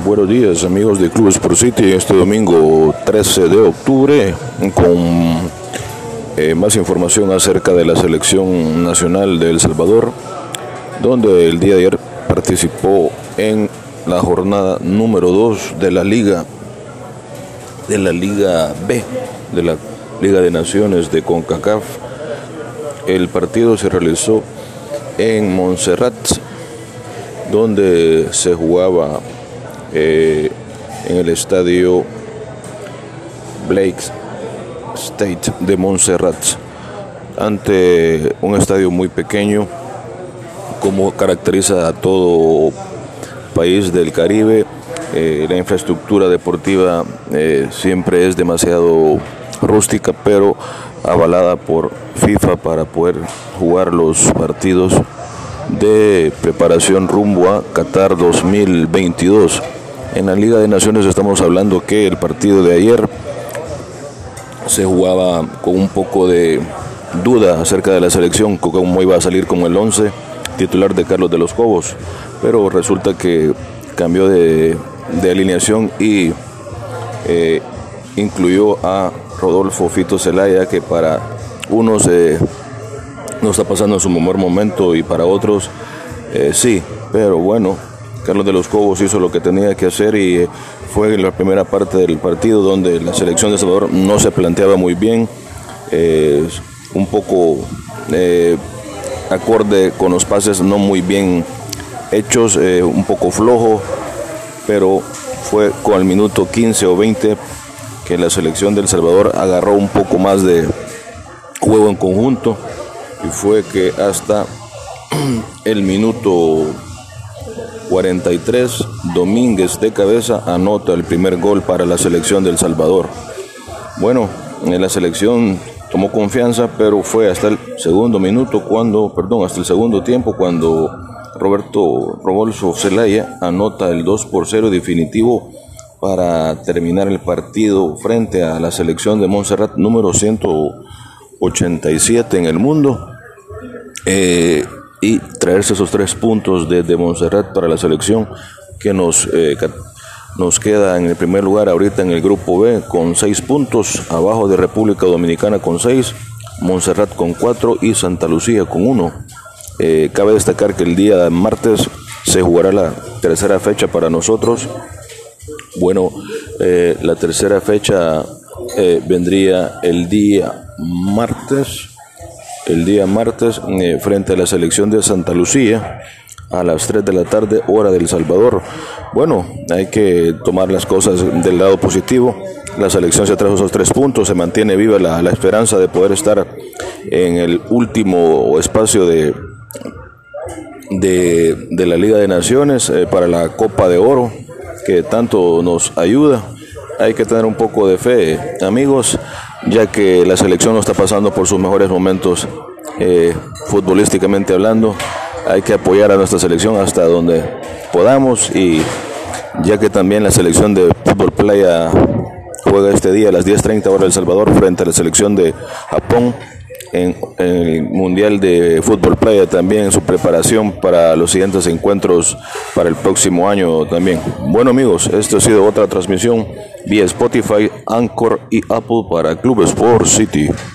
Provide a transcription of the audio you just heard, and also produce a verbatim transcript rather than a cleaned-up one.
Buenos días amigos de Club Sport City, este domingo trece de octubre con eh, más información acerca de la selección nacional de El Salvador, donde el día de ayer participó en la jornada número dos de la Liga de la Liga B, de la Liga de Naciones de CONCACAF. El partido se realizó en Montserrat, donde se jugaba eh, en el estadio Blake State de Montserrat, ante un estadio muy pequeño, como caracteriza a todo país del Caribe. Eh, la infraestructura deportiva eh, siempre es demasiado rústica, pero avalada por FIFA para poder jugar los partidos de preparación rumbo a Qatar dos mil veintidós. En la Liga de Naciones estamos hablando que el partido de ayer se jugaba con un poco de duda acerca de la selección, cómo iba a salir como el once titular de Carlos de los Cobos, pero resulta que cambió de, de alineación y eh, incluyó a Rodolfo Fito Zelaya, que para unos eh, no está pasando su mejor momento y para otros eh, sí, pero bueno, Carlos de los Cobos hizo lo que tenía que hacer y eh, fue en la primera parte del partido donde la selección de El Salvador no se planteaba muy bien, eh, un poco eh, acorde con los pases no muy bien hechos, eh, un poco flojo, pero fue con el minuto quince o veinte que la selección de El Salvador agarró un poco más de juego en conjunto, y fue que hasta el minuto cuarenta y tres Domínguez de cabeza anota el primer gol para la selección de El Salvador. Bueno, en la selección tomó confianza, pero fue hasta el segundo minuto cuando, perdón, hasta el segundo tiempo cuando Roberto Rodolfo Zelaya anota el dos por cero definitivo para terminar el partido frente a la selección de Montserrat, número ciento ochenta y siete en el mundo, eh, y traerse esos tres puntos desde Montserrat para la selección, que nos, eh, nos queda en el primer lugar ahorita en el grupo B con seis puntos, abajo de República Dominicana con seis, Montserrat con cuatro y Santa Lucía con uno. Eh, cabe destacar que el día martes se jugará la tercera fecha para nosotros. Bueno, eh, la tercera fecha eh, vendría el día martes, el día martes eh, frente a la selección de Santa Lucía a las tres de la tarde, hora de El Salvador. Bueno, hay que tomar las cosas del lado positivo. La selección se trajo esos tres puntos, se mantiene viva la, la esperanza de poder estar en el último espacio de, de, de la Liga de Naciones eh, para la Copa de Oro, que tanto nos ayuda. Hay que tener un poco de fe, amigos, ya que la selección no está pasando por sus mejores momentos eh, futbolísticamente hablando. Hay que apoyar a nuestra selección hasta donde podamos, y ya que también la selección de fútbol playa juega este día a las diez treinta hora de El Salvador frente a la selección de Japón en, en el Mundial de Fútbol Playa, también en su preparación para los siguientes encuentros para el próximo año también. Bueno amigos, esto ha sido otra transmisión vía Spotify, Anchor y Apple para Club Sport City.